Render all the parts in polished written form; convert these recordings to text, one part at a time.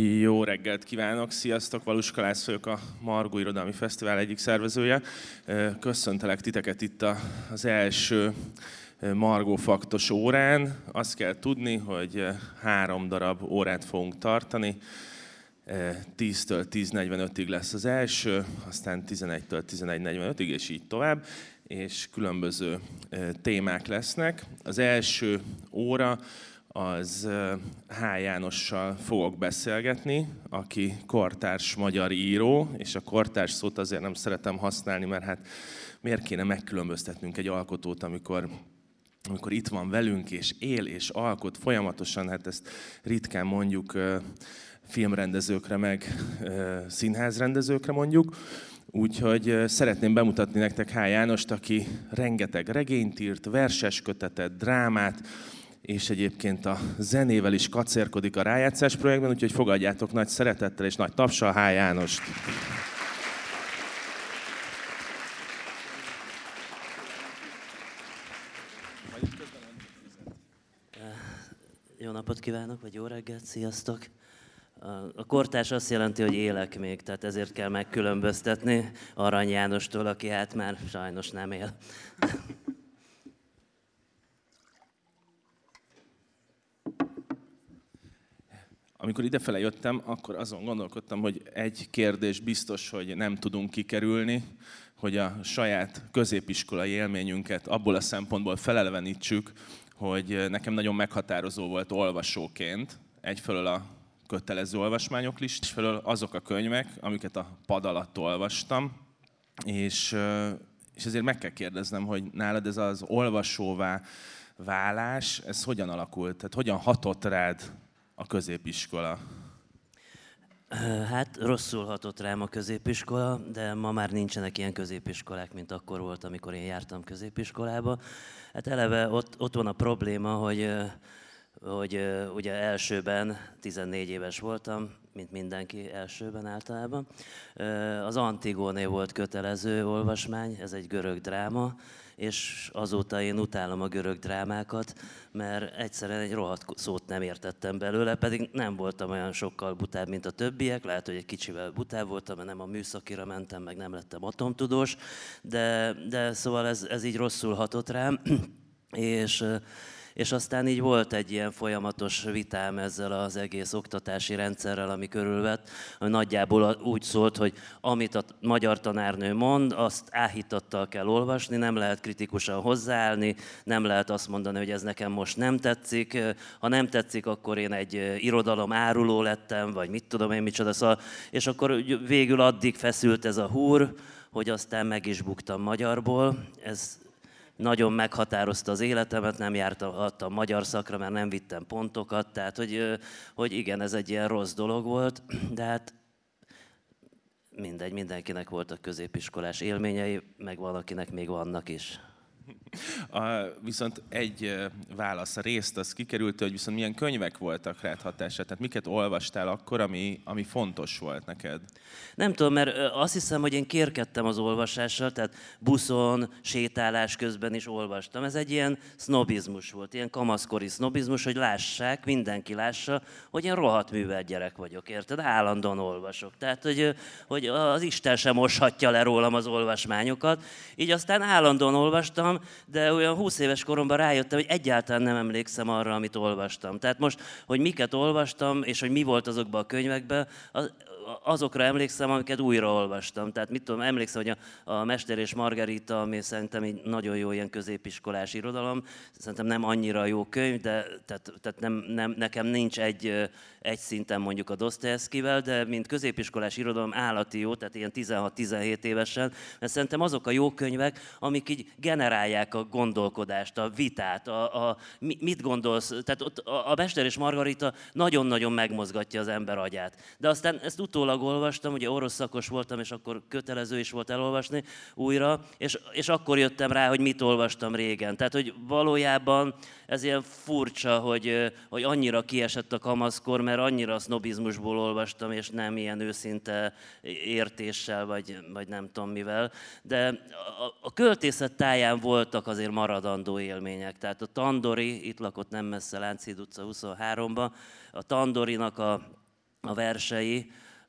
Jó reggelt kívánok, sziasztok! Valuska László vagyok, a Margó Irodalmi Fesztivál egyik szervezője. Köszöntelek titeket itt az első Margó faktos órán. Azt kell tudni, hogy 3 darab órát fogunk tartani. 10-től 10:45-ig lesz az első, aztán 11-től 11:45-ig, és így tovább. És különböző témák lesznek. Az első óra az H. Jánossal fogok beszélgetni, aki kortárs magyar író, és a kortárs szót azért nem szeretem használni, mert hát miért kéne megkülönböztetnünk egy alkotót, amikor itt van velünk, és él, és alkot folyamatosan, hát ezt ritkán mondjuk filmrendezőkre, meg színházrendezőkre mondjuk. Úgyhogy szeretném bemutatni nektek H. Jánost, aki rengeteg regényt írt, verseskötetet, drámát, és egyébként a zenével is kacérkodik a Rájátszás projektben, úgyhogy fogadjátok nagy szeretettel és nagy tapssal H. Jánost. Jó napot kívánok, vagy jó reggelt, sziasztok! A kortárs azt jelenti, hogy élek még, tehát ezért kell megkülönböztetni Arany Jánostól, aki hát már sajnos nem él. Amikor idefele jöttem, akkor azon gondolkodtam, hogy egy kérdés biztos, hogy nem tudunk kikerülni, hogy a saját középiskolai élményünket abból a szempontból felelevenítsük, hogy nekem nagyon meghatározó volt olvasóként egyfelől a kötelező olvasmányok list, egyfelől azok a könyvek, amiket a pad alatt olvastam, és ezért meg kell kérdeznem, hogy nálad ez az olvasóvá válás, ez hogyan alakult? Tehát hogyan hatott rád a középiskola? Hát rosszul hatott rám a középiskola, de ma már nincsenek ilyen középiskolák, mint akkor volt, amikor én jártam középiskolába. Hát eleve ott van a probléma, hogy ugye elsőben 14 éves voltam, mint mindenki elsőben általában. Az Antigóné volt kötelező olvasmány, ez egy görög dráma, és azóta én utálom a görög drámákat, mert egyszerűen egy rohadt szót nem értettem belőle, pedig nem voltam olyan sokkal butább, mint a többiek, lehet, hogy egy kicsivel butább voltam, mert nem a műszakira mentem, meg nem lettem atomtudós, de szóval ez így rosszul hatott rám, és aztán így volt egy ilyen folyamatos vitám ezzel az egész oktatási rendszerrel, ami körülvett, hogy nagyjából úgy szólt, hogy amit a magyar tanárnő mond, azt áhítattal kell olvasni, nem lehet kritikusan hozzáállni, nem lehet azt mondani, hogy ez nekem most nem tetszik, ha nem tetszik, akkor én egy irodalom áruló lettem, vagy mit tudom én micsoda, szóval, és akkor végül addig feszült ez a húr, hogy aztán meg is buktam magyarból. Ez nagyon meghatározta az életemet, nem jártam magyar szakra, mert nem vittem pontokat, tehát hogy igen, ez egy ilyen rossz dolog volt, de hát mindegy, mindenkinek voltak középiskolás élményei, meg van, akinek még vannak is. Viszont egy válasz, a részt az kikerült, hogy viszont milyen könyvek voltak rád hatással, tehát miket olvastál akkor, ami fontos volt neked? Nem tudom, mert azt hiszem, hogy én kérkedtem az olvasással, tehát buszon, sétálás közben is olvastam. Ez egy ilyen sznobizmus volt, ilyen kamaszkori sznobizmus, hogy lássák, mindenki lássa, hogy én rohadt művelt gyerek vagyok, érted? Állandóan olvasok. Tehát, hogy az Isten sem moshatja le rólam az olvasmányokat. Így aztán állandóan olvastam, de olyan 20 éves koromban rájöttem, hogy egyáltalán nem emlékszem arra, amit olvastam. Tehát most, hogy miket olvastam, és hogy mi volt azokban a könyvekben, azokra emlékszem, amiket újra olvastam. Tehát mit tudom, emlékszem, hogy a Mester és Margarita, ami szerintem egy nagyon jó ilyen középiskolás irodalom, szerintem nem annyira jó könyv, de tehát nem, nekem nincs egy szinten mondjuk a Dostoyevszkivel, de mint középiskolás irodalom állati jó, tehát ilyen 16-17 évesen, mert szerintem azok a jó könyvek, amik így generálják a gondolkodást, a vitát, mit gondolsz, tehát ott a Mester és Margarita nagyon-nagyon megmozgatja az ember agyát. De aztán ezt utólag olvastam, ugye orosz szakos voltam, és akkor kötelező is volt elolvasni újra, és akkor jöttem rá, hogy mit olvastam régen. Tehát, hogy valójában ez ilyen furcsa, hogy annyira kiesett a kamaszkor, mert annyira a sznobizmusból olvastam, és nem ilyen őszinte értéssel, vagy nem tudom mivel. De a költészet táján voltak azért maradandó élmények. Tehát a Tandori, itt lakott nem messze Lánchíd utca 23-ban, a Tandorinak a versei,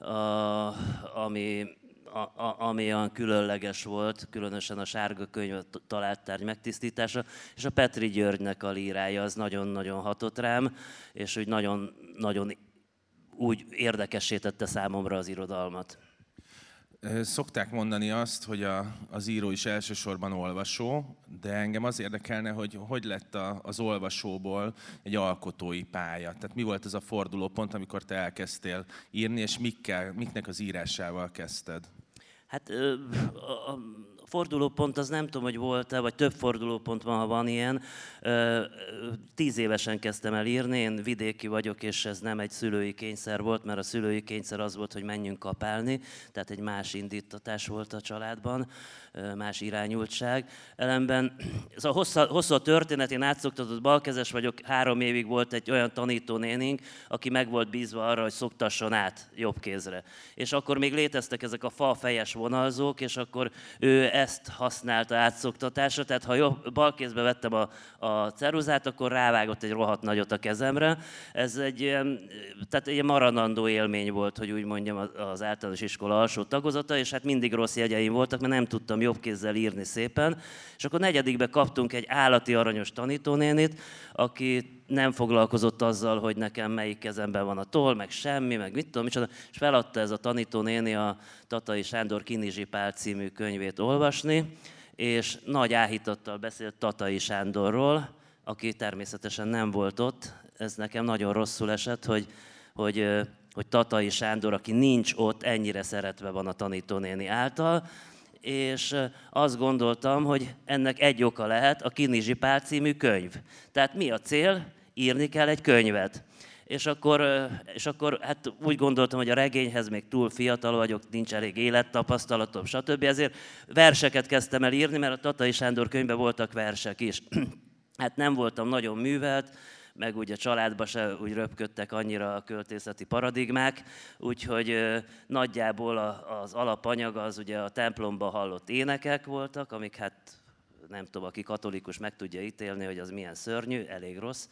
ami olyan különleges volt, különösen a Sárga könyv, a találttárgy megtisztítása, és a Petri Györgynek a lírája az nagyon-nagyon hatott rám, és úgy nagyon úgy érdekessé tette számomra az irodalmat. Szokták mondani azt, hogy az író is elsősorban olvasó, de engem az érdekelne, hogy lett az olvasóból egy alkotói pálya. Tehát mi volt ez a fordulópont, amikor te elkezdtél írni, és miknek az írásával kezdted? Hát a fordulópont az nem tudom, hogy volt-e, vagy több fordulópont van, ha van ilyen. 10 évesen kezdtem el írni, én vidéki vagyok, és ez nem egy szülői kényszer volt, mert a szülői kényszer az volt, hogy menjünk kapálni, tehát egy más indítatás volt a családban, más irányultság. Ellenben ez a hosszú a történet, én átszoktatott balkezes vagyok, 3 évig volt egy olyan tanítónénink, aki meg volt bízva arra, hogy szoktasson át jobb kézre. És akkor még léteztek ezek a falfejes vonalzók, és akkor ő ezt használta átszoktatásra, tehát ha bal kézbe vettem a ceruzát, akkor rávágott egy rohadt nagyot a kezemre. Ez tehát egy maradandó élmény volt, hogy úgy mondjam, az általános iskola alsó tagozata, és hát mindig rossz jegyeim voltak, mert nem tudtam jobb kézzel írni szépen. És akkor 4. kaptunk egy állati aranyos tanítónénit, aki nem foglalkozott azzal, hogy nekem melyik kezemben van a toll, meg semmi, meg mit tudom, micsoda, és feladta ez a tanítónéni a Tatai Sándor Kinizsi Pál című könyvét olvasni, és nagy áhítattal beszélt Tatai Sándorról, aki természetesen nem volt ott. Ez nekem nagyon rosszul esett, hogy Tatai Sándor, aki nincs ott, ennyire szeretve van a tanítónéni által, és azt gondoltam, hogy ennek egy oka lehet a Kinizsi Pál című könyv. Tehát mi a cél? Írni kell egy könyvet. És akkor hát úgy gondoltam, hogy a regényhez még túl fiatal vagyok, nincs elég élettapasztalatom, stb. Ezért verseket kezdtem el írni, mert a Tatai Sándor könyvben voltak versek is. Hát nem voltam nagyon művelt, meg úgy a családba se úgy röpködtek annyira a költészeti paradigmák, úgyhogy nagyjából az alapanyag az ugye a templomba hallott énekek voltak, amik hát nem tudom, aki katolikus meg tudja ítélni, hogy az milyen szörnyű, elég rossz,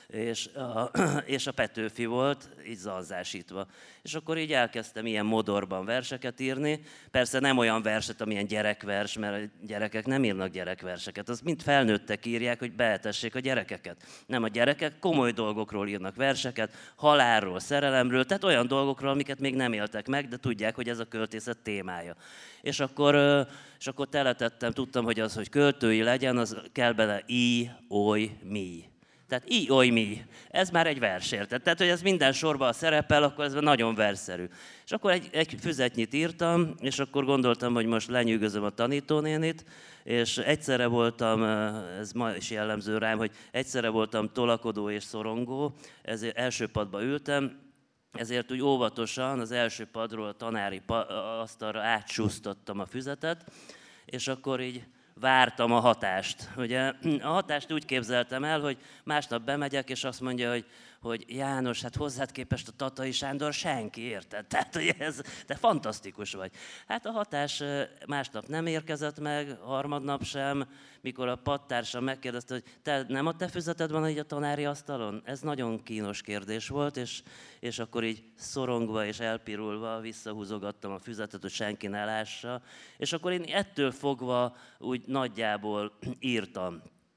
és a Petőfi volt, így zanzásítva. És akkor így elkezdtem ilyen modorban verseket írni, persze nem olyan verset, amilyen gyerekvers, mert a gyerekek nem írnak gyerekverseket, azt mind felnőttek írják, hogy beetessék a gyerekeket. Nem, a gyerekek komoly dolgokról írnak verseket, halálról, szerelemről, tehát olyan dolgokról, amiket még nem éltek meg, de tudják, hogy ez a költészet témája. És akkor teletettem, tudtam, hogy az, hogy költői legyen, az kell bele i, oly, mi. Tehát i, oly, mi. Ez már egy vers, érted? Tehát, hogy ez minden sorban szerepel, akkor ez nagyon versszerű. És akkor egy füzetnyit írtam, és akkor gondoltam, hogy most lenyűgözöm a tanítónénit, és egyszerre voltam, ez ma is jellemző rám, hogy egyszerre voltam tolakodó és szorongó, ezért első padba ültem, ezért úgy óvatosan az első padról a tanári asztalra átsúsztattam a füzetet, és akkor így vártam a hatást. Ugye a hatást úgy képzeltem el, hogy másnap bemegyek, és azt mondja, hogy János, hát hozzád képest a Tatai Sándor senki, érted? Tehát, hogy te fantasztikus vagy. Hát a hatás másnap nem érkezett meg, harmadnap sem, mikor a padtársam megkérdezte, hogy nem a te füzeted van így a tanári asztalon? Ez nagyon kínos kérdés volt, és akkor így szorongva és elpirulva visszahúzogattam a füzetet, hogy senki ne lássa, és akkor én ettől fogva úgy nagyjából írtam.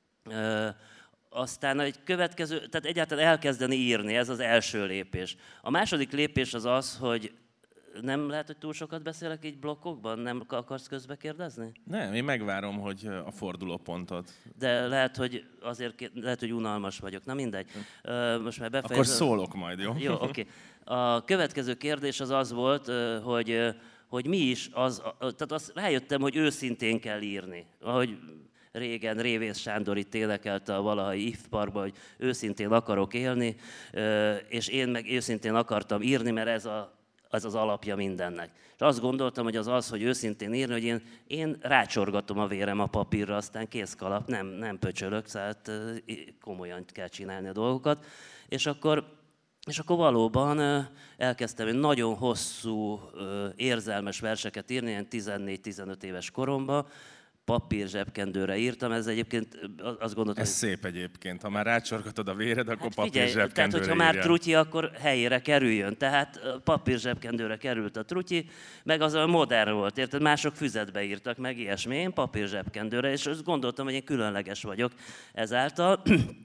Aztán egy következő, tehát egyáltalán elkezdeni írni, ez az első lépés. A második lépés az az, hogy nem lehet, hogy túl sokat beszélek így blokkokban? Nem akarsz közbe kérdezni? Nem, én megvárom, hogy a fordulópontot. De lehet, hogy unalmas vagyok. Na mindegy. Most már befejezem. Akkor szólok majd, jó? Jó, oké. A következő kérdés az volt, hogy mi is az, tehát azt rájöttem, hogy őszintén kell írni. Ahogy régen Révész Sándor itt énekelte a valahai ifparba, hogy őszintén akarok élni, és én meg őszintén akartam írni, mert ez az alapja mindennek. És azt gondoltam, hogy az, hogy őszintén írni, hogy én rácsorgatom a vérem a papírra, aztán kész kalap, nem pöcsölök, tehát komolyan kell csinálni a dolgokat. És akkor valóban elkezdtem egy nagyon hosszú, érzelmes verseket írni, ilyen 14-15 éves koromban, papír zsebkendőre írtam, ez egyébként azt gondoltam, Ez szép egyébként, ha már rácsorgatod a véred, akkor papír figyelj, tehát zsebkendőre hogyha már írjál. trutyi, akkor helyére kerüljön. Tehát papír zsebkendőre került a trutyi, meg az a modern volt, érted? Mások füzetbe írtak, meg ilyesmi. Én papír zsebkendőre, és azt gondoltam, hogy én különleges vagyok ezáltal.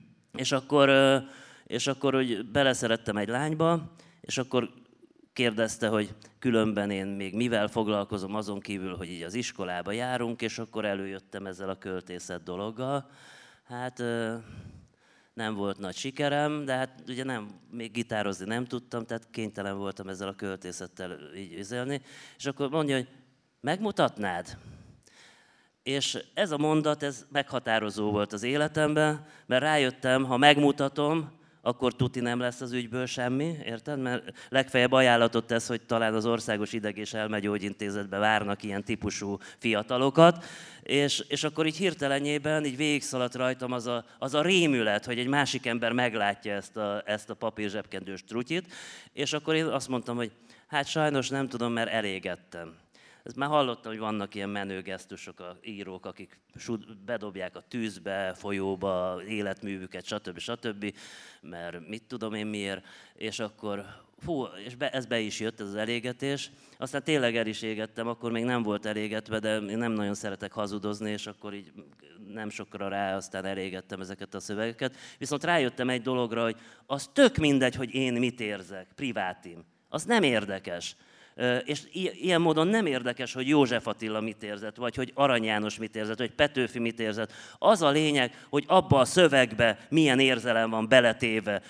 És akkor hogy beleszerettem egy lányba, és akkor kérdezte, hogy különben én még mivel foglalkozom azon kívül, hogy így az iskolába járunk, és akkor előjöttem ezzel a költészet dologgal. Hát nem volt nagy sikerem, de hát ugye még gitározni nem tudtam, tehát kénytelen voltam ezzel a költészettel így üzelni. És akkor mondja, hogy megmutatnád? És ez a mondat, ez meghatározó volt az életemben, mert rájöttem, ha megmutatom, akkor tuti nem lesz az ügyből semmi, érted? Mert legfeljebb ajánlatot tesz, hogy talán az Országos Ideg- és Elmegyógyintézetbe várnak ilyen típusú fiatalokat, és akkor így hirtelenjében így végigszaladt rajtam az a rémület, hogy egy másik ember meglátja ezt a papír zsebkendős trutyit, és akkor én azt mondtam, hogy hát sajnos nem tudom, mert elégettem. Ezt már hallottam, hogy vannak ilyen menő gesztusok, a írók, akik bedobják a tűzbe, folyóba, életművüket, stb. Mert mit tudom én miért, és akkor és ez be is jött, ez az elégetés. Aztán tényleg el is égettem, akkor még nem volt elégetve, de én nem nagyon szeretek hazudozni, és akkor így nem sokra rá aztán elégettem ezeket a szövegeket. Viszont rájöttem egy dologra, hogy az tök mindegy, hogy én mit érzek, privátim. Az nem érdekes. És ilyen módon nem érdekes, hogy József Attila mit érzett, vagy hogy Arany János mit érzett, vagy Petőfi mit érzett. Az a lényeg, hogy abba a szövegbe milyen érzelem van beletéve.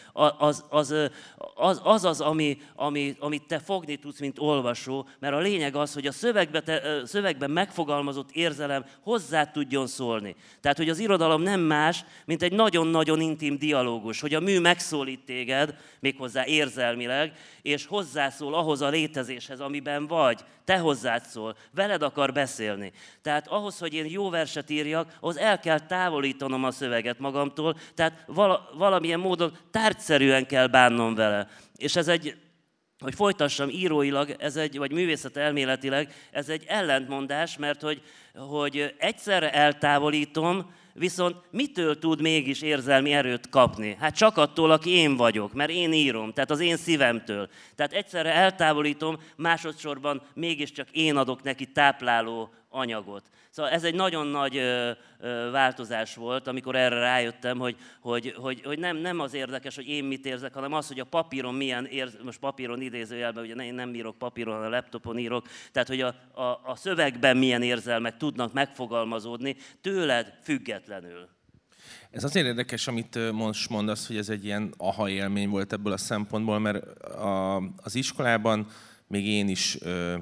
Az, amit te fogni tudsz, mint olvasó, mert a lényeg az, hogy a szövegben megfogalmazott érzelem hozzá tudjon szólni. Tehát, hogy az irodalom nem más, mint egy nagyon-nagyon intim dialógus, hogy a mű megszólít téged, méghozzá érzelmileg, és hozzászól ahhoz a létezéshez, amiben vagy, te hozzád szól, veled akar beszélni. Tehát ahhoz, hogy én jó verset írjak, ahhoz el kell távolítanom a szöveget magamtól, tehát valamilyen módon tárgyszerűen kell bánnom vele. És ez hogy folytassam íróilag, vagy művészetelméletileg, ez egy ellentmondás, mert hogy egyszerre eltávolítom, viszont mitől tud mégis érzelmi erőt kapni? Hát csak attól, aki én vagyok, mert én írom, tehát az én szívemtől. Tehát egyszerre eltávolítom, másodszorban mégiscsak én adok neki tápláló anyagot. Szóval ez egy nagyon nagy változás volt, amikor erre rájöttem, hogy nem az érdekes, hogy én mit érzek, hanem az, hogy a papíron milyen most papíron idézőjelben, ugye én nem írok papíron, hanem a laptopon írok, tehát hogy a szövegben milyen érzelmek tudnak megfogalmazódni tőled függetlenül. Ez azért érdekes, amit most mondasz, hogy ez egy ilyen aha élmény volt ebből a szempontból, mert az iskolában még én is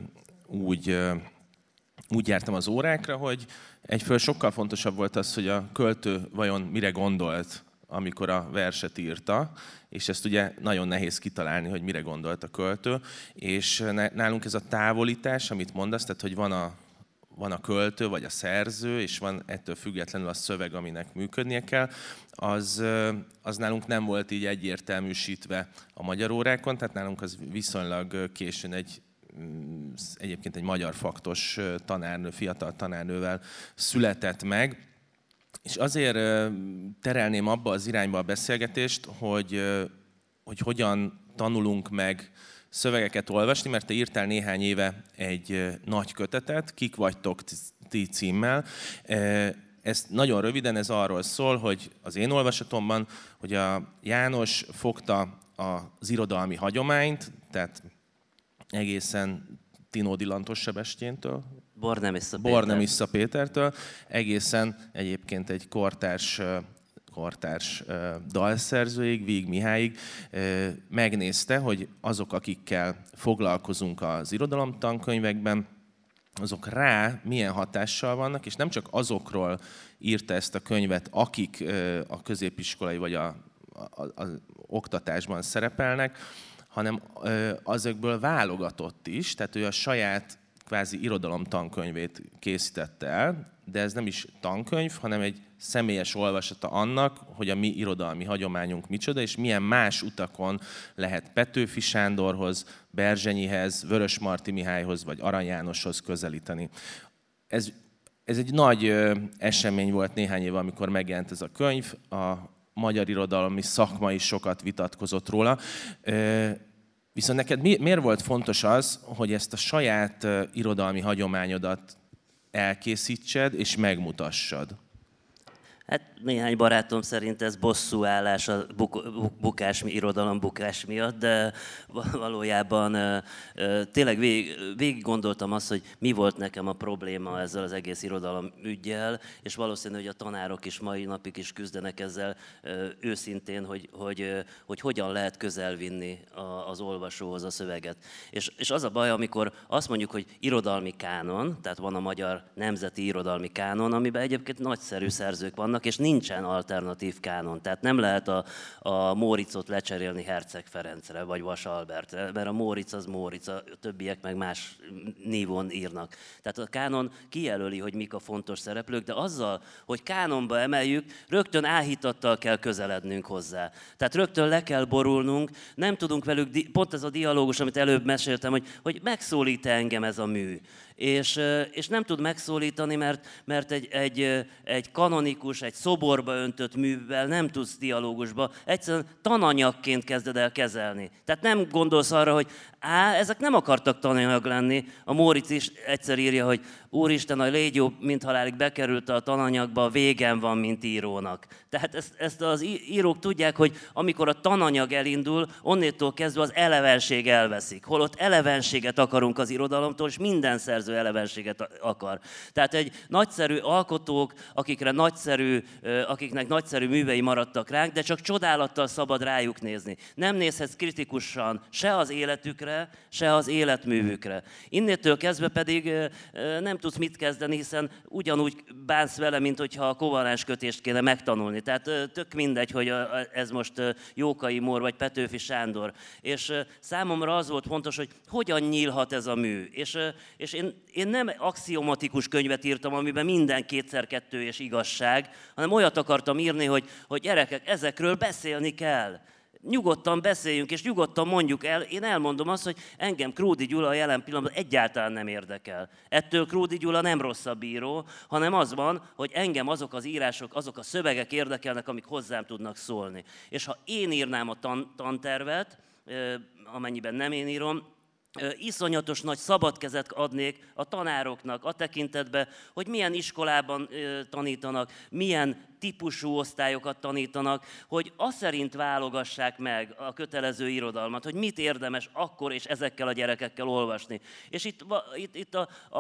úgy jártam az órákra, hogy egyföl sokkal fontosabb volt az, hogy a költő vajon mire gondolt, amikor a verset írta, és ezt ugye nagyon nehéz kitalálni, hogy mire gondolt a költő, és nálunk ez a távolítás, amit mondasz, tehát hogy van a költő, vagy a szerző, és van ettől függetlenül a szöveg, aminek működnie kell, az nálunk nem volt így egyértelműsítve a magyar órákon, tehát nálunk az viszonylag későn egyébként egy magyar faktos tanárnő, fiatal tanárnővel született meg, és azért terelném abba az irányba a beszélgetést, hogy hogyan tanulunk meg szövegeket olvasni, mert te írtál néhány éve egy nagy kötetet, Kik vagytok ti címmel. Ez nagyon röviden, ez arról szól, hogy az én olvasatomban, hogy a János fogta az irodalmi hagyományt, tehát egészen Tinódi Lantos Sebestyéntől, Bornemissza Pétertől, egészen egyébként egy kortárs dalszerzőig, Víg Mihályig megnézte, hogy azok, akikkel foglalkozunk az irodalomtankönyvekben, azok rá milyen hatással vannak, és nem csak azokról írta ezt a könyvet, akik a középiskolai vagy az oktatásban szerepelnek, hanem azokból válogatott is, tehát ő a saját kvázi irodalomtankönyvét készítette el, de ez nem is tankönyv, hanem egy személyes olvasata annak, hogy a mi irodalmi hagyományunk micsoda, és milyen más utakon lehet Petőfi Sándorhoz, Berzsenyihez, Vörösmarty Mihályhoz vagy Arany Jánoshoz közelíteni. Ez egy nagy esemény volt néhány éve, amikor megjelent ez a könyv. A magyar irodalmi szakma is sokat vitatkozott róla. Viszont neked miért volt fontos az, hogy ezt a saját irodalmi hagyományodat elkészítsed és megmutassad? Hát néhány barátom szerint ez bosszúállás a irodalom bukás miatt, de valójában tényleg végig gondoltam azt, hogy mi volt nekem a probléma ezzel az egész irodalom üggyel, és valószínű, hogy a tanárok is mai napig is küzdenek ezzel őszintén, hogy hogyan lehet közel vinni az olvasóhoz a szöveget. És az a baj, amikor azt mondjuk, hogy irodalmi kánon, tehát van a magyar nemzeti irodalmi kánon, amiben egyébként nagyszerű szerzők vannak, és nincsen alternatív kánon. Tehát nem lehet a Móriczot lecserélni Herceg Ferencre, vagy Vas Albertre, mert a Móricz az Móricz, a többiek meg más nívón írnak. Tehát a kánon kijelöli, hogy mik a fontos szereplők, de azzal, hogy kánonba emeljük, rögtön áhítattal kell közelednünk hozzá. Tehát rögtön le kell borulnunk, nem tudunk velük, pont ez a dialógus, amit előbb meséltem, hogy megszólít engem ez a mű. És nem tud megszólítani, mert egy kanonikus, egy szoborba öntött művel nem tudsz dialógusba, egyszerűen tananyagként kezded el kezelni. Tehát nem gondolsz arra, hogy ezek nem akartak tananyag lenni. A Móricz is egyszer írja, hogy úristen, a légyó mint halálig bekerült a tananyagba, végem van, mint írónak. Tehát ezt az írók tudják, hogy amikor a tananyag elindul, onnétól kezdve az elevenség elveszik. Holott elevenséget akarunk az irodalomtól, és minden szerző elevenséget akar. Tehát egy nagyszerű alkotók, akiknek nagyszerű művei maradtak ránk, de csak csodálattal szabad rájuk nézni. Nem nézhetsz kritikusan se az életükre, se az életművükre. Innétől kezdve pedig nem tudsz mit kezdeni, hiszen ugyanúgy bánsz vele, mint hogyha a kovalenskötést kéne megtanulni. Tehát tök mindegy, hogy ez most Jókai Mór vagy Petőfi Sándor. És számomra az volt fontos, hogy hogyan nyílhat ez a mű. És én nem axiomatikus könyvet írtam, amiben minden 2x2 és igazság, hanem olyat akartam írni, hogy gyerekek, ezekről beszélni kell. Nyugodtan beszéljünk, és nyugodtan mondjuk el. Én elmondom azt, hogy engem Kródi Gyula a jelen pillanatban egyáltalán nem érdekel. Ettől Kródi Gyula nem rosszabb író, hanem az van, hogy engem azok az írások, azok a szövegek érdekelnek, amik hozzám tudnak szólni. És ha én írnám a tantervet, amennyiben nem én írom, iszonyatos nagy szabad kezet adnék a tanároknak a tekintetben, hogy milyen iskolában tanítanak, milyen típusú osztályokat tanítanak, hogy azt szerint válogassák meg a kötelező irodalmat, hogy mit érdemes akkor és ezekkel a gyerekekkel olvasni. És itt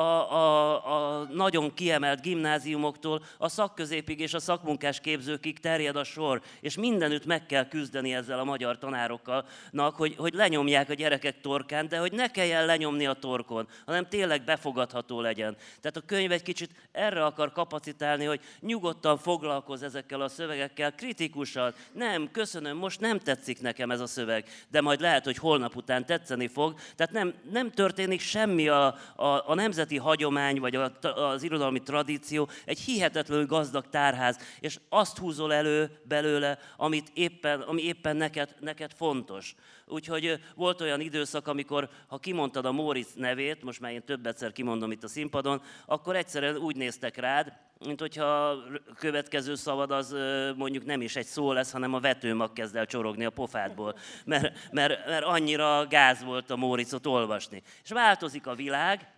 a nagyon kiemelt gimnáziumoktól a szakközépig és a szakmunkás képzőkig terjed a sor, és mindenütt meg kell küzdeni ezzel a magyar tanároknak, hogy lenyomják a gyerekek torkán, de hogy ne kelljen lenyomni a torkon, hanem tényleg befogadható legyen. Tehát a könyv egy kicsit erre akar kapacitálni, hogy nyugodtan foglalkozz ezekkel a szövegekkel, kritikusan. Nem, köszönöm, most nem tetszik nekem ez a szöveg, de majd lehet, hogy holnap után tetszeni fog. Tehát nem történik semmi a nemzeti hagyomány, vagy az irodalmi tradíció, egy hihetetlenül gazdag tárház, és azt húzol elő belőle, ami éppen neked fontos. Úgyhogy volt olyan időszak, amikor, ha kimondtad a Móricz nevét, most már én többetszer kimondom itt a színpadon, akkor egyszerűen úgy néztek rád, mint hogyha a következő szavad az mondjuk nem is egy szó lesz, hanem a vetőmag kezd el csorogni a pofádból, mert annyira gáz volt a Móriczot olvasni. És változik a világ,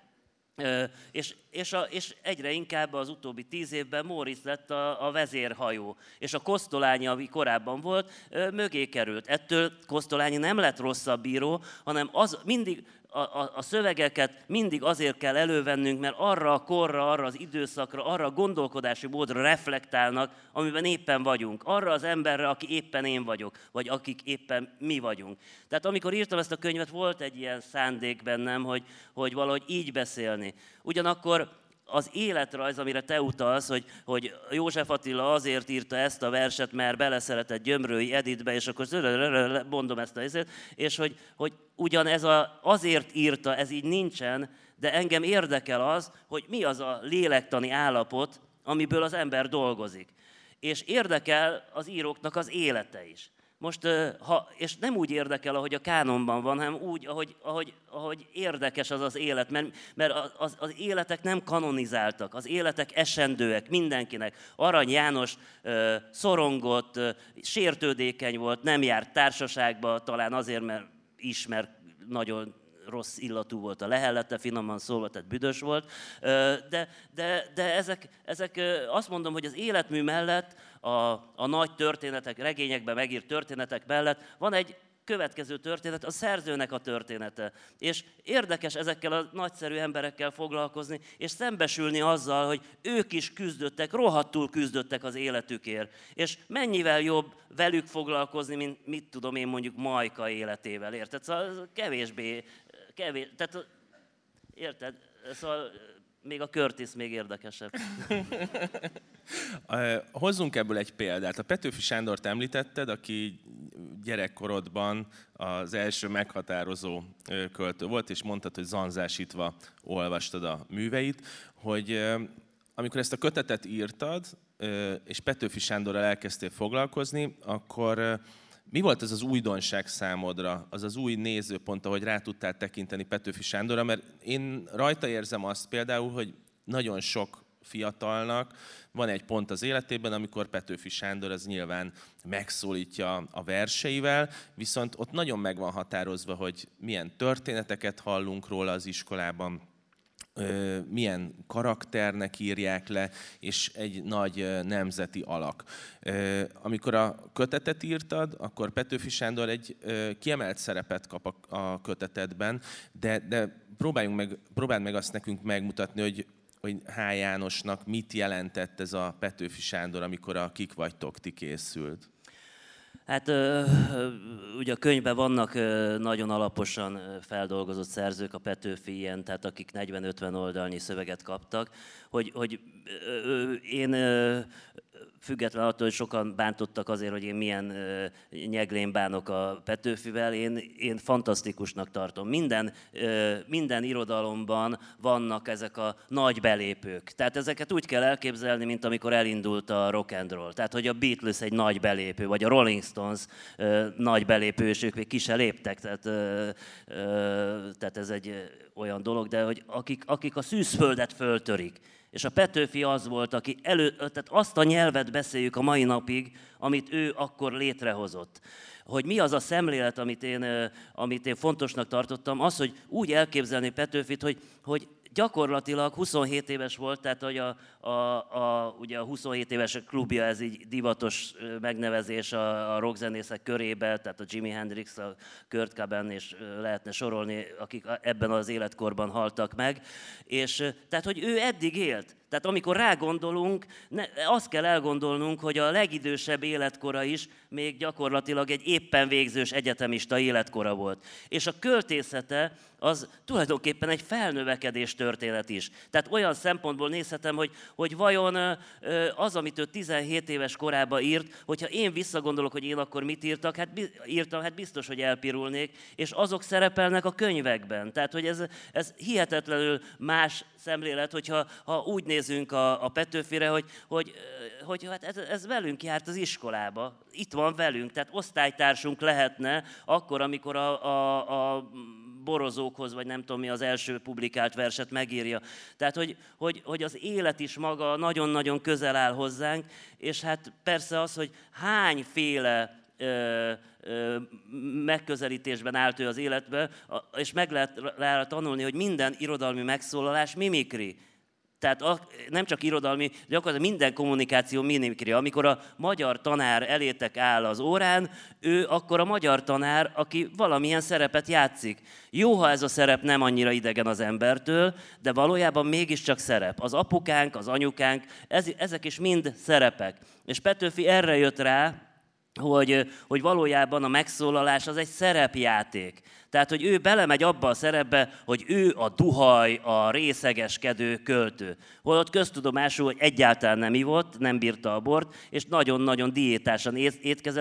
és egyre inkább az utóbbi 10 évben Móricz lett a vezérhajó, és a Kosztolányi, ami korábban volt, mögé került. Ettől Kosztolányi nem lett rosszabb író, hanem az mindig a szövegeket mindig azért kell elővennünk, mert arra a korra, arra az időszakra, arra a gondolkodási módra reflektálnak, amiben éppen vagyunk. Arra az emberre, aki éppen én vagyok, vagy akik éppen mi vagyunk. Tehát amikor írtam ezt a könyvet, volt egy ilyen szándék bennem, hogy valahogy így beszélni. Ugyanakkor az életrajz, amire te utalsz, hogy József Attila azért írta ezt a verset, mert beleszeretett Gyömrői Editbe, és akkor mondom ezt a helyzetet, és hogy ugyanez azért írta, ez így nincsen, de engem érdekel az, hogy mi az a lélektani állapot, amiből az ember dolgozik. És érdekel az íróknak az élete is. most és nem úgy érdekel, ahogy a kánonban van, hanem úgy, ahogy érdekes az élet, mert az életek nem kanonizáltak, az életek esendőek mindenkinek. Arany János szorongott, sértődékeny volt, nem járt társaságba, talán azért, mert nagyon rossz illatú volt a lehellete, finoman szólva, tehát büdös volt. De ezek azt mondom, hogy az életmű mellett, a nagy történetek, regényekben megírt történetek mellett van egy következő történet, a szerzőnek a története. És érdekes ezekkel a nagyszerű emberekkel foglalkozni, és szembesülni azzal, hogy ők is küzdöttek, rohadtul küzdöttek az életükért. És mennyivel jobb velük foglalkozni, mint mit tudom én mondjuk Majka életével, érted? Szóval kevésbé, tehát érted? Szóval még a Curtis még érdekesebb. Hozzunk ebből egy példát. A Petőfi Sándort említetted, aki gyerekkorodban az első meghatározó költő volt, és mondtad, hogy zanzásítva olvastad a műveit, hogy amikor ezt a kötetet írtad, és Petőfi Sándorral elkezdtél foglalkozni, akkor mi volt ez az újdonság számodra, az az új nézőpont, ahogy rá tudtál tekinteni Petőfi Sándorra? Mert én rajta érzem azt például, hogy nagyon sok fiatalnak van egy pont az életében, amikor Petőfi Sándor az nyilván megszólítja a verseivel, viszont ott nagyon meg van határozva, hogy milyen történeteket hallunk róla az iskolában, milyen karakternek írják le, és egy nagy nemzeti alak. Amikor a kötetet írtad, akkor Petőfi Sándor egy kiemelt szerepet kap a kötetedben, de próbáld meg azt nekünk megmutatni, hogy H. Jánosnak mit jelentett ez a Petőfi Sándor, amikor a Kik vagytok ti készült. Hát ugye a könyvben vannak nagyon alaposan feldolgozott szerzők, a Petőfi ilyen, tehát akik 40-50 oldalnyi szöveget kaptak, hogy én független attól, hogy sokan bántottak azért, hogy én milyen nyeglén bánok a Petőfivel, én fantasztikusnak tartom. Minden irodalomban vannak ezek a nagy belépők. Tehát ezeket úgy kell elképzelni, mint amikor elindult a rock and roll. Tehát, hogy a Beatles egy nagy belépő, vagy a Rolling Stones nagy belépő, és ők még ki se léptek. Tehát ez egy olyan dolog, de hogy akik a szűzföldet föltörik. És a Petőfi az volt, aki tehát azt a nyelvet beszéljük a mai napig, amit ő akkor létrehozott. Hogy mi az a szemlélet, amit én fontosnak tartottam, az, hogy úgy elképzelni Petőfit, hogy gyakorlatilag 27 éves volt, tehát hogy ugye a 27 éves klubja, ez így divatos megnevezés a rockzenészek körébe, tehát a Jimi Hendrix, a Kurt Cobain, és lehetne sorolni, akik ebben az életkorban haltak meg. És tehát, hogy ő eddig élt. Tehát amikor rágondolunk, azt kell elgondolnunk, hogy a legidősebb életkora is még gyakorlatilag egy éppen végzős egyetemista életkora volt. És a költészete az tulajdonképpen egy felnövekedés történet is. Tehát olyan szempontból nézhetem, hogy vajon az, amit ő 17 éves korában írt, hogyha én visszagondolok, hogy én akkor mit írtam, hát biztos, hogy elpirulnék, és azok szerepelnek a könyvekben. Tehát, hogy ez hihetetlenül más szemlélet, hogyha úgy nézünk a Petőfire, hogy hát ez velünk járt az iskolába, itt van velünk, tehát osztálytársunk lehetne akkor, amikor a Borozókhoz, vagy nem tudom mi az első publikált verset megírja. Tehát, hogy az élet is maga nagyon-nagyon közel áll hozzánk, és hát persze az, hogy hányféle megközelítésben állt ő az életbe, és meg lehet tanulni, hogy minden irodalmi megszólalás mimikri. Tehát nem csak irodalmi, gyakorlatilag minden kommunikáció mimikri. Amikor a magyar tanár elétek áll az órán, ő akkor a magyar tanár, aki valamilyen szerepet játszik. Jó, ha ez a szerep nem annyira idegen az embertől, de valójában mégiscsak szerep. Az apukánk, az anyukánk, ezek is mind szerepek. És Petőfi erre jött rá, hogy valójában a megszólalás az egy szerepjáték. Tehát, hogy ő belemegy abba a szerepbe, hogy ő a duhaj, a részegeskedő költő. Holott köztudomású, hogy egyáltalán nem ivott, nem bírta a bort, és nagyon-nagyon diétásan étkezett, és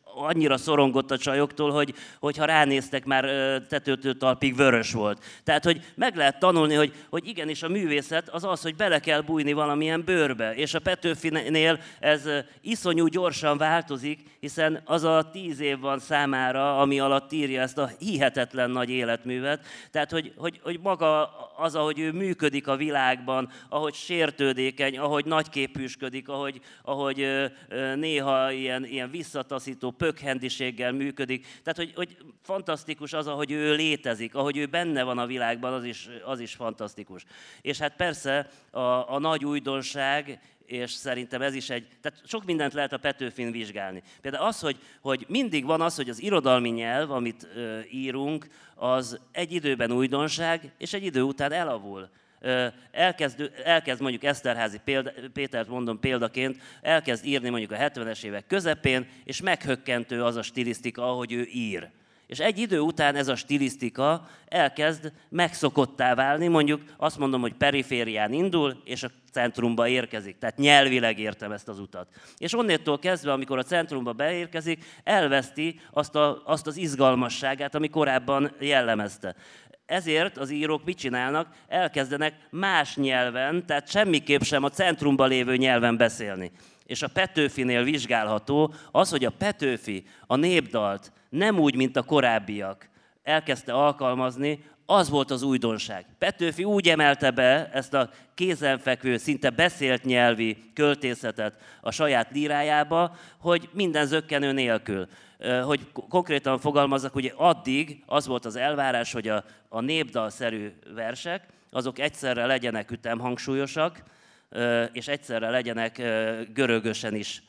annyira szorongott a csajoktól, hogy ha ránéztek, már tetőtől talpig vörös volt. Tehát, hogy meg lehet tanulni, hogy igenis a művészet az az, hogy bele kell bújni valamilyen bőrbe. És a Petőfinél ez iszonyú gyorsan változik, hiszen az a 10 év van számára, ami alatt írja ezt a hihetetlen nagy életművet. Tehát, hogy maga az, ahogy ő működik a világban, ahogy sértődékeny, ahogy nagyképűsködik, ahogy néha ilyen visszataszító pökhendiséggel működik. Tehát, hogy fantasztikus az, ahogy ő létezik, ahogy ő benne van a világban, az is fantasztikus. És hát persze a nagy újdonság, és szerintem ez is tehát sok mindent lehet a Petőfin vizsgálni. Például az, hogy mindig van az, hogy az irodalmi nyelv, amit írunk, az egy időben újdonság, és egy idő után elavul. Elkezd mondjuk Eszterházy Pétert mondom példaként, elkezd írni mondjuk a 70-es évek közepén, és meghökkentő az a stilisztika, ahogy ő ír. És egy idő után ez a stilisztika elkezd megszokottá válni, mondjuk azt mondom, hogy periférián indul, és a centrumba érkezik. Tehát nyelvileg értem ezt az utat. És onnétól kezdve, amikor a centrumba beérkezik, elveszti azt az izgalmasságát, ami korábban jellemezte. Ezért az írók mit csinálnak? Elkezdenek más nyelven, tehát semmiképp sem a centrumban lévő nyelven beszélni. És a Petőfinél vizsgálható az, hogy a Petőfi a népdalt nem úgy, mint a korábbiak elkezdte alkalmazni, az volt az újdonság. Petőfi úgy emelte be ezt a kézenfekvő, szinte beszélt nyelvi költészetet a saját lírájába, hogy minden zökkenő nélkül. Hogy konkrétan fogalmazzak, ugye addig az volt az elvárás, hogy a népdalszerű versek, azok egyszerre legyenek ütemhangsúlyosak, és egyszerre legyenek görögösen is,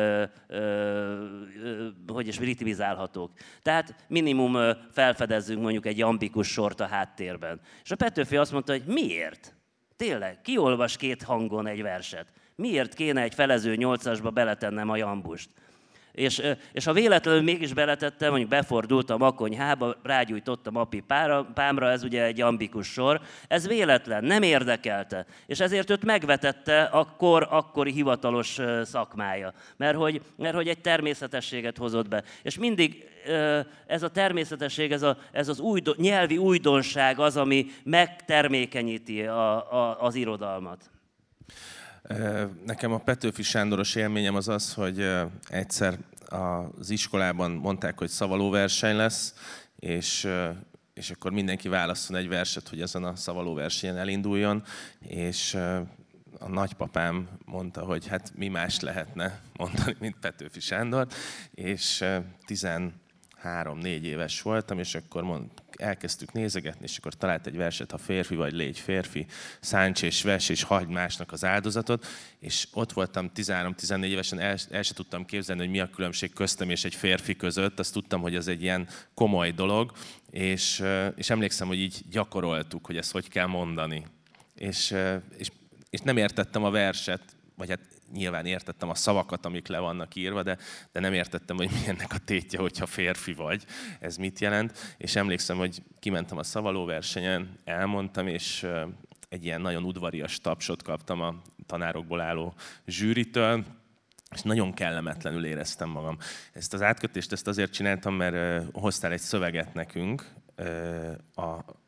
ritmizálhatók. Tehát minimum felfedezzünk mondjuk egy jambikus sort a háttérben. És a Petőfi azt mondta, hogy miért? Tényleg, ki olvas 2 hangon egy verset? Miért kéne egy felező 8-asba beletennem a jambust? És ha véletlenül mégis beletettem, mondjuk befordultam a konyhába, rágyújtottam api pámra, ez ugye egy jambikus sor, ez véletlen, nem érdekelte. És ezért őt megvetette a akkori hivatalos szakmája, mert hogy egy természetességet hozott be. És mindig ez a természetesség, ez az nyelvi újdonság az, ami megtermékenyíti az irodalmat. Nekem a Petőfi Sándoros élményem az, hogy egyszer az iskolában mondták, hogy szavalóverseny lesz, és akkor mindenki válasszon egy verset, hogy ezen a szavalóversenyen elinduljon, és a nagypapám mondta, hogy hát mi más lehetne mondani, mint Petőfi Sándor, és 13-4 éves voltam, és akkor elkezdtük nézegetni, és akkor talált egy verset, ha férfi vagy, légy férfi, szánts és vess, és hagyd másnak az áldozatot, és ott voltam 13-14 évesen, el se tudtam képzelni, hogy mi a különbség köztem és egy férfi között, azt tudtam, hogy ez egy ilyen komoly dolog, és emlékszem, hogy így gyakoroltuk, hogy ezt hogy kell mondani. És nem értettem a verset, vagy hát nyilván értettem a szavakat, amik le vannak írva, de nem értettem, hogy mi ennek a tétje, hogyha férfi vagy, ez mit jelent. És emlékszem, hogy kimentem a szavalóversenyen, elmondtam, és egy ilyen nagyon udvarias tapsot kaptam a tanárokból álló zsűritől, és nagyon kellemetlenül éreztem magam. Ezt az átkötést ezt azért csináltam, mert hoztál egy szöveget nekünk a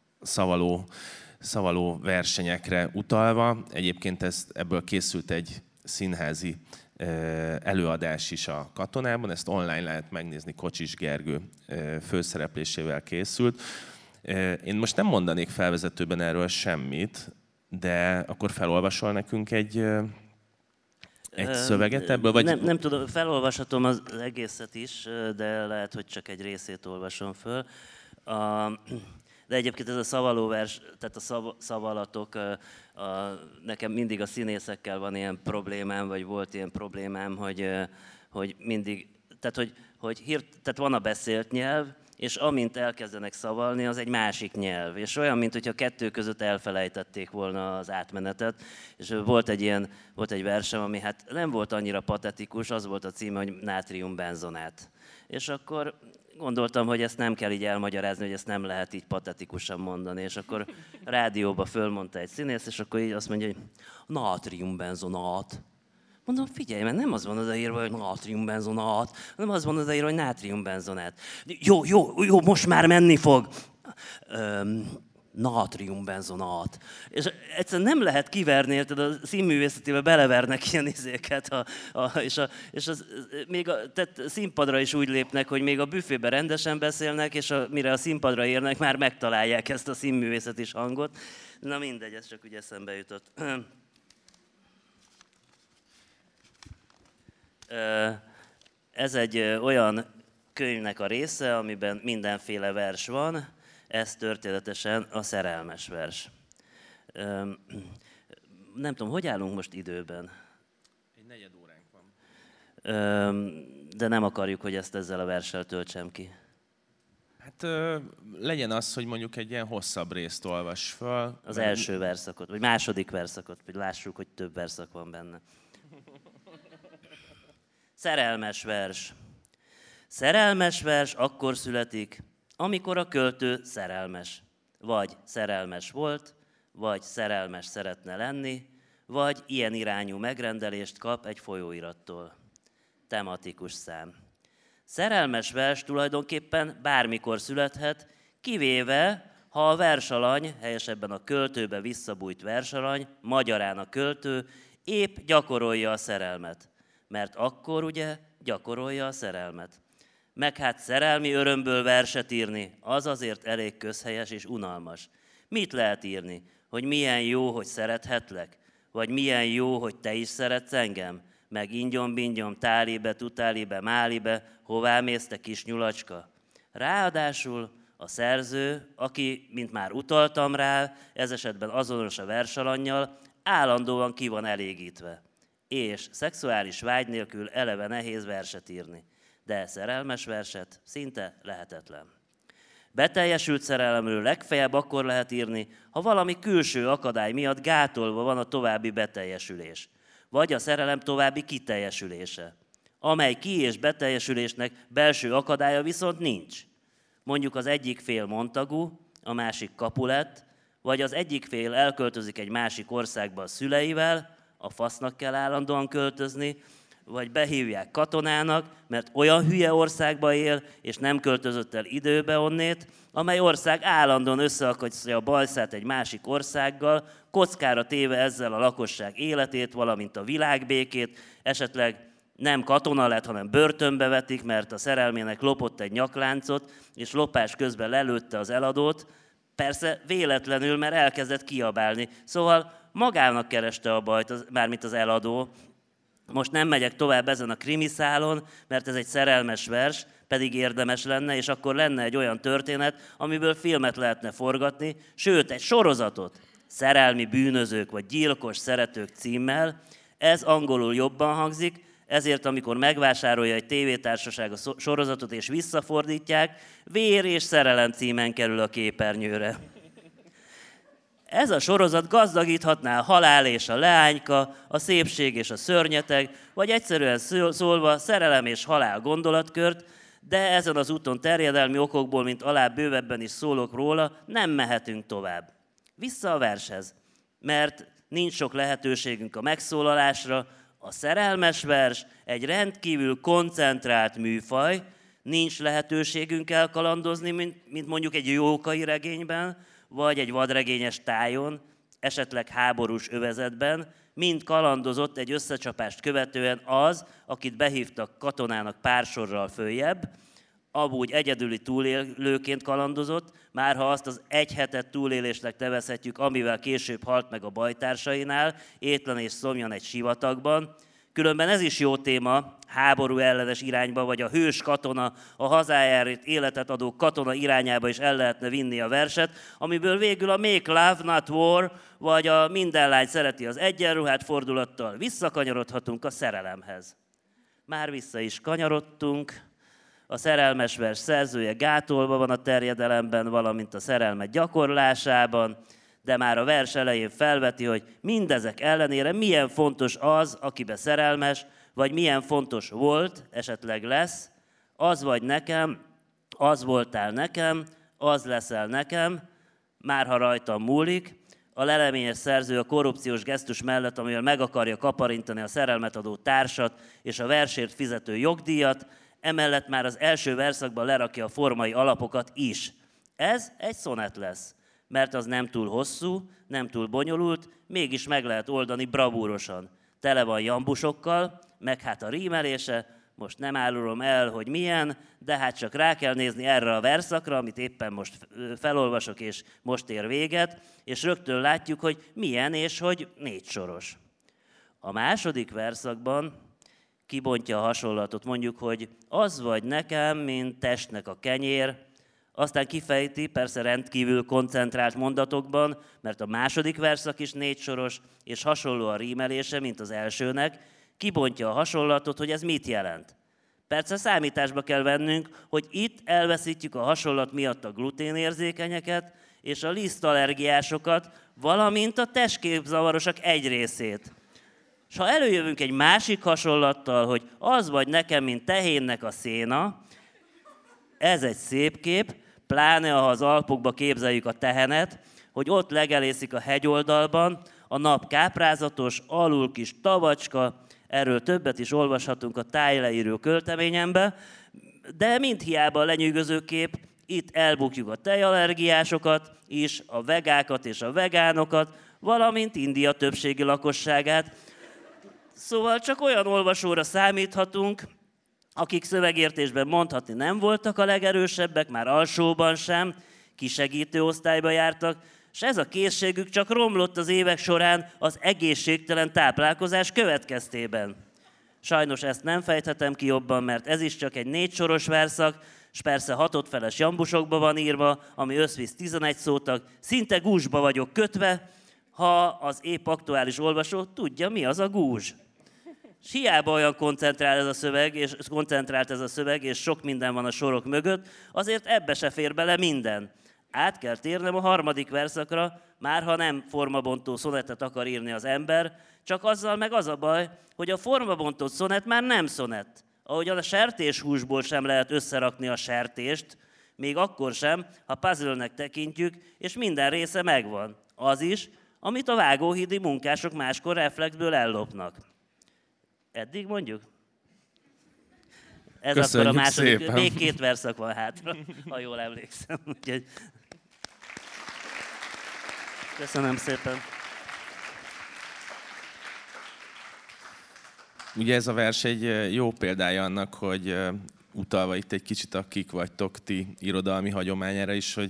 szavaló versenyekre utalva. Egyébként ebből készült egy színházi előadás is a Katonában, ezt online lehet megnézni, Kocsis Gergő főszereplésével készült. Én most nem mondanék felvezetőben erről semmit, de akkor felolvasol nekünk egy szöveget ebből? Vagy... Nem tudom, felolvashatom az egészet is, de lehet, hogy csak egy részét olvasom föl. De egyébként ez a szavalóvers, tehát a szavalatok, nekem mindig a színészekkel van ilyen problémám, vagy volt ilyen problémám, hogy mindig, tehát van a beszélt nyelv, és amint elkezdenek szavalni, az egy másik nyelv. És olyan, mintha kettő között elfelejtették volna az átmenetet. És volt egy versem, ami hát nem volt annyira patetikus, az volt a címe, hogy nátriumbenzonát. És akkor gondoltam, hogy ezt nem kell így elmagyarázni, hogy ezt nem lehet így patetikusan mondani. És akkor rádióba fölmondta egy színész, és akkor így azt mondja, hogy nátriumbenzonát. Mondom, figyelj, mert nem az van odaírva, hogy nátriumbenzonát, hanem az van odaírva, hogy nátriumbenzonát. Jó, most már menni fog. Nátriumbenzonát. És egyszerűen nem lehet kiverni, érted, a színművészetébe belevernek ilyen izéket, még tehát színpadra is úgy lépnek, hogy még a büfébe rendesen beszélnek, és mire a színpadra érnek, már megtalálják ezt a színművészetis hangot. Na mindegy, ez csak úgy eszembe jutott. Ez egy olyan könyvnek a része, amiben mindenféle vers van, ez történetesen a szerelmes vers. Nem tudom, hogy állunk most időben? Egy negyed óránk van. De nem akarjuk, hogy ezt ezzel a verssel töltsem ki. Hát legyen az, hogy mondjuk egy ilyen hosszabb részt olvas fel. Az első verszakot, vagy második verszakot, hogy lássuk, hogy több verszak van benne. Szerelmes vers. Szerelmes vers akkor születik, amikor a költő szerelmes. Vagy szerelmes volt, vagy szerelmes szeretne lenni, vagy ilyen irányú megrendelést kap egy folyóirattól. Tematikus szám. Szerelmes vers tulajdonképpen bármikor születhet, kivéve, ha a versalany, helyesebben a költőbe visszabújt versalany, magyarán a költő, épp gyakorolja a szerelmet. Mert akkor ugye gyakorolja a szerelmet. Meg hát szerelmi örömből verset írni, az azért elég közhelyes és unalmas. Mit lehet írni? Hogy milyen jó, hogy szerethetlek? Vagy milyen jó, hogy te is szeretsz engem? Meg ingyom-bingyom, tálibe, tutálibe, málibe, hová mész te kis nyulacska? Ráadásul a szerző, aki, mint már utaltam rá, ez esetben azonos a versalannyal, állandóan ki van elégítve. És szexuális vágy nélkül eleve nehéz verset írni. De szerelmes verset szinte lehetetlen. Beteljesült szerelemről legfeljebb akkor lehet írni, ha valami külső akadály miatt gátolva van a további beteljesülés, vagy a szerelem további kiteljesülése, amely ki- és beteljesülésnek belső akadálya viszont nincs. Mondjuk az egyik fél Montagu, a másik Capulet, vagy az egyik fél elköltözik egy másik országba a szüleivel, a fasznak kell állandóan költözni, vagy behívják katonának, mert olyan hülye országba él, és nem költözött el időbe onnét, amely ország állandóan összeakadja a bajszát egy másik országgal, kockára téve ezzel a lakosság életét, valamint a világbékét, esetleg nem katona lett, hanem börtönbe vetik, mert a szerelmének lopott egy nyakláncot, és lopás közben lelőtte az eladót, persze véletlenül, mert elkezdett kiabálni. Szóval magának kereste a bajt, mármint az eladó. Most nem megyek tovább ezen a krimiszálon, mert ez egy szerelmes vers, pedig érdemes lenne, és akkor lenne egy olyan történet, amiből filmet lehetne forgatni, sőt, egy sorozatot, Szerelmi bűnözők vagy gyilkos szeretők címmel. Ez angolul jobban hangzik, ezért amikor megvásárolja egy tévétársaság a sorozatot és visszafordítják, Vér és szerelem címen kerül a képernyőre. Ez a sorozat gazdagíthatná a Halál és a leányka, a Szépség és a szörnyeteg, vagy egyszerűen szólva Szerelem és halál gondolatkört, de ezen az úton terjedelmi okokból, mint alább bővebben is szólok róla, nem mehetünk tovább. Vissza a vershez, mert nincs sok lehetőségünk a megszólalásra, a szerelmes vers egy rendkívül koncentrált műfaj, nincs lehetőségünk elkalandozni, mint mondjuk egy jókai regényben, vagy egy vadregényes tájon, esetleg háborús övezetben, mind kalandozott egy összecsapást követően az, akit behívtak katonának pár sorral följebb, amúgy egyedüli túlélőként kalandozott, már ha azt az egy hetet túlélésnek nevezhetjük, amivel később halt meg a bajtársainál, étlen és szomjan egy sivatagban. Különben ez is jó téma, háború ellenes irányba, vagy a hős katona, a hazájáért életet adó katona irányába is el lehetne vinni a verset, amiből végül a Make Love Not War, vagy a Minden lány szereti az egyenruhát fordulattal visszakanyarodhatunk a szerelemhez. Már vissza is kanyarodtunk, a szerelmes vers szerzője gátolva van a terjedelemben, valamint a szerelme gyakorlásában, de már a vers elején felveti, hogy mindezek ellenére milyen fontos az, akibe szerelmes, vagy milyen fontos volt, esetleg lesz, az vagy nekem, az voltál nekem, az leszel nekem, már ha rajtam múlik, a leleményes szerző a korrupciós gesztus mellett, amivel meg akarja kaparintani a szerelmet adó társat és a versért fizető jogdíjat, emellett már az első verszakban lerakja a formai alapokat is. Ez egy szonett lesz, mert az nem túl hosszú, nem túl bonyolult, mégis meg lehet oldani bravúrosan. Tele van jambusokkal, meg hát a rímelése, most nem árulom el, hogy milyen, de hát csak rá kell nézni erre a verszakra, amit éppen most felolvasok, és most ér véget, és rögtön látjuk, hogy milyen, és hogy 4 soros. A második verszakban kibontja a hasonlatot, mondjuk, hogy az vagy nekem, mint testnek a kenyér, aztán kifejti, persze rendkívül koncentrált mondatokban, mert a második verszak is 4 soros, és hasonló a rímelése, mint az elsőnek, kibontja a hasonlatot, hogy ez mit jelent. Persze számításba kell vennünk, hogy itt elveszítjük a hasonlat miatt a gluténérzékenyeket és a lisztallergiásokat, valamint a testképzavarosak egy részét. És ha előjövünk egy másik hasonlattal, hogy az vagy nekem, mint tehénnek a széna, ez egy szép kép, pláne ha az Alpokba képzeljük a tehenet, hogy ott legelészik a hegyoldalban, a nap káprázatos, alul kis tavacska, erről többet is olvashatunk a tájleíró költeményemben, de mind hiába a lenyűgöző kép, itt elbukjuk a tejallergiásokat is, a vegákat és a vegánokat, valamint India többségi lakosságát. Szóval csak olyan olvasóra számíthatunk, akik szövegértésben mondhatni nem voltak a legerősebbek, már alsóban sem, kisegítő osztályba jártak, és ez a készségük csak romlott az évek során az egészségtelen táplálkozás következtében. Sajnos ezt nem fejthetem ki jobban, mert ez is csak egy 4 soros verszak, és persze hatodfeles jambusokba van írva, ami összvisz 11 szótag, szinte gúzsba vagyok kötve, ha az épp aktuális olvasó tudja, mi az a gúzs. És hiába olyan koncentrált ez a szöveg, és sok minden van a sorok mögött, azért ebbe se fér bele minden. Át kell térnem a harmadik verszakra, már ha nem formabontó szonettet akar írni az ember, csak azzal meg az a baj, hogy a formabontott szonett már nem szonett. Ahogyan a sertéshúsból sem lehet összerakni a sertést, még akkor sem, ha puzzle-nek tekintjük, és minden része megvan. Az is, amit a vágóhídi munkások máskor reflexből ellopnak. Eddig mondjuk? Ez Köszönjük akkor a második, szépen. még 2 verszak van hátra, ha jól emlékszem. Úgyhogy... Köszönöm szépen. Ugye ez a vers egy jó példája annak, hogy utalva itt egy kicsit a kik vagytok ti irodalmi hagyományára is, hogy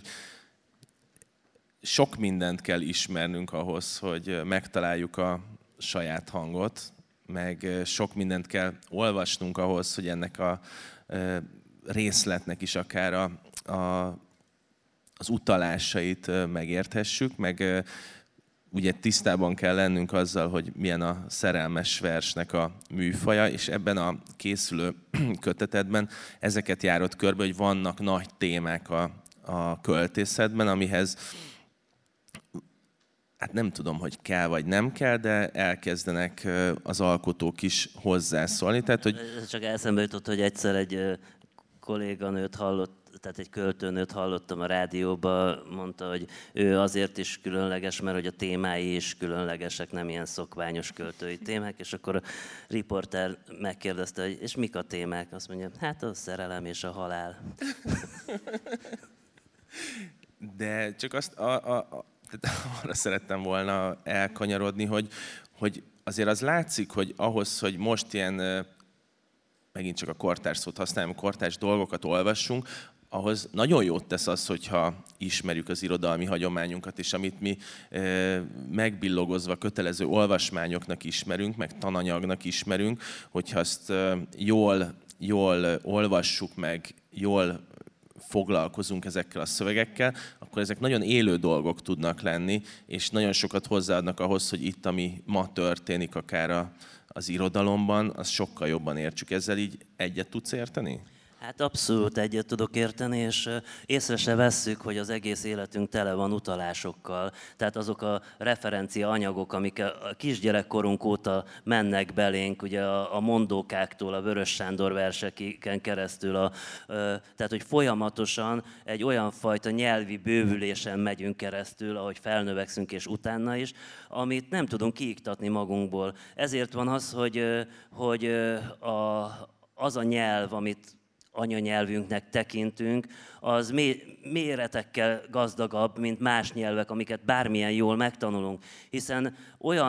sok mindent kell ismernünk ahhoz, hogy megtaláljuk a saját hangot, meg sok mindent kell olvasnunk ahhoz, hogy ennek a részletnek is akár az utalásait megérthessük, meg ugye tisztában kell lennünk azzal, hogy milyen a szerelmes versnek a műfaja, és ebben a készülő kötetedben ezeket járott körbe, hogy vannak nagy témák a költészetben, amihez hát nem tudom, hogy kell vagy nem kell, de elkezdenek az alkotók is hozzászólni. Tehát, hogy... Csak eszembe jutott, hogy egyszer egy kolléganőt tehát egy költőnőt hallottam a rádióban, mondta, hogy ő azért is különleges, mert hogy a témái is különlegesek, nem ilyen szokványos költői témák, és akkor a riporter megkérdezte, hogy és mik a témák? Azt mondja, hát a szerelem és a halál. De csak azt arra szerettem volna elkanyarodni, hogy azért az látszik, hogy ahhoz, hogy most ilyen, megint csak a kortárs szót használom, kortárs dolgokat olvassunk, ahhoz nagyon jót tesz az, hogyha ismerjük az irodalmi hagyományunkat, és amit mi megbillogozva kötelező olvasmányoknak ismerünk, meg tananyagnak ismerünk, hogyha azt jól olvassuk meg, jól foglalkozunk ezekkel a szövegekkel, akkor ezek nagyon élő dolgok tudnak lenni, és nagyon sokat hozzáadnak ahhoz, hogy itt, ami ma történik akár az irodalomban, azt sokkal jobban értsük. Ezzel így egyet tudsz érteni? Hát abszolút egyet tudok érteni, és észre se vesszük, hogy az egész életünk tele van utalásokkal. Tehát azok a referencia anyagok, amik a kisgyerekkorunk óta mennek belénk, ugye a mondókáktól, a Vörös Sándor verseken keresztül, tehát hogy folyamatosan egy olyan fajta nyelvi bővülésen megyünk keresztül, ahogy felnövekszünk és utána is, amit nem tudunk kiiktatni magunkból. Ezért van az, hogy az a nyelv, amit anyanyelvünknek tekintünk, az méretekkel gazdagabb, mint más nyelvek, amiket bármilyen jól megtanulunk. Hiszen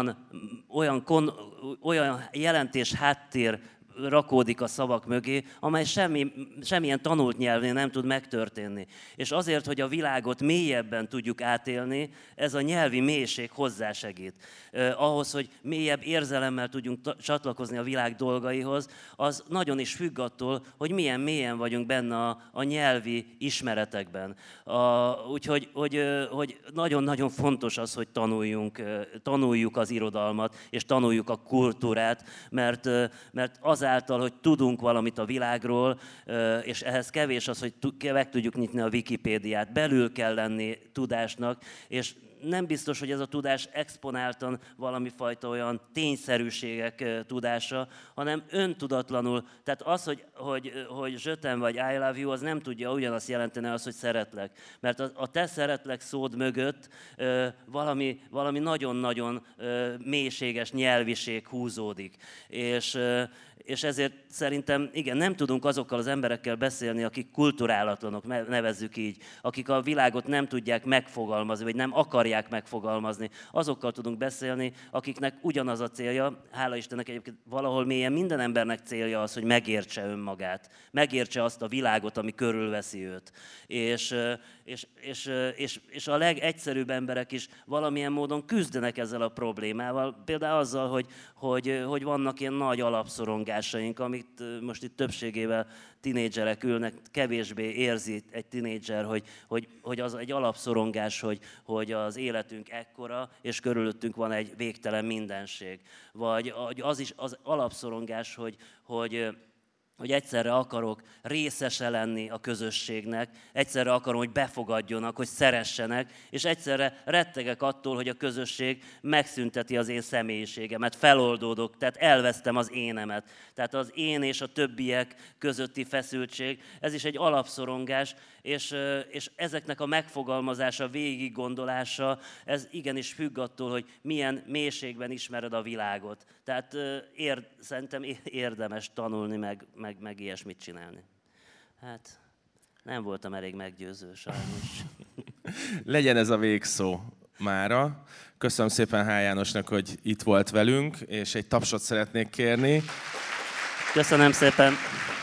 olyan jelentés háttér rakódik a szavak mögé, amely semmilyen tanult nyelvnél nem tud megtörténni. És azért, hogy a világot mélyebben tudjuk átélni, ez a nyelvi mélység hozzásegít. Ahhoz, hogy mélyebb érzelemmel tudjunk csatlakozni a világ dolgaihoz, az nagyon is függ attól, hogy milyen mélyen vagyunk benne a nyelvi ismeretekben. Úgyhogy hogy nagyon-nagyon fontos az, hogy tanuljuk az irodalmat, és tanuljuk a kultúrát, mert azáltal, hogy tudunk valamit a világról, és ehhez kevés az, hogy meg tudjuk nyitni a Wikipédiát, belül kell lenni tudásnak, és nem biztos, hogy ez a tudás exponáltan valami fajta olyan tényszerűségek tudása, hanem öntudatlanul. Tehát az, hogy zsötem vagy I love you, az nem tudja ugyanazt jelenteni az, hogy szeretlek. Mert a te szeretlek szód mögött valami nagyon-nagyon mélységes nyelviség húzódik. És ezért szerintem, igen, nem tudunk azokkal az emberekkel beszélni, akik kulturálatlanok, nevezzük így, akik a világot nem tudják megfogalmazni, vagy nem akarják megfogalmazni. Azokkal tudunk beszélni, akiknek ugyanaz a célja, hála Istennek egyébként valahol mélyen minden embernek célja az, hogy megértse önmagát, megértse azt a világot, ami körülveszi őt. És a legegyszerűbb emberek is valamilyen módon küzdenek ezzel a problémával, például azzal, hogy vannak ilyen nagy alapszorongásaink, amit most itt többségével tinédzserek ülnek, kevésbé érzi egy tinédzser, hogy az egy alapszorongás, hogy az életünk ekkora, és körülöttünk van egy végtelen mindenség. Vagy az is az alapszorongás, hogy egyszerre akarok részese lenni a közösségnek, egyszerre akarom, hogy befogadjonak, hogy szeressenek, és egyszerre rettegek attól, hogy a közösség megszünteti az én személyiségemet, feloldódok, tehát elvesztem az énemet. Tehát az én és a többiek közötti feszültség, ez is egy alapszorongás, és ezeknek a megfogalmazása, végiggondolása, ez igenis függ attól, hogy milyen mélységben ismered a világot. Tehát szerintem érdemes tanulni, meg ilyesmit csinálni. Hát nem voltam elég meggyőző, sajnos. Legyen ez a végszó mára. Köszönöm szépen H. Jánosnak, hogy itt volt velünk, és egy tapsot szeretnék kérni. Köszönöm szépen.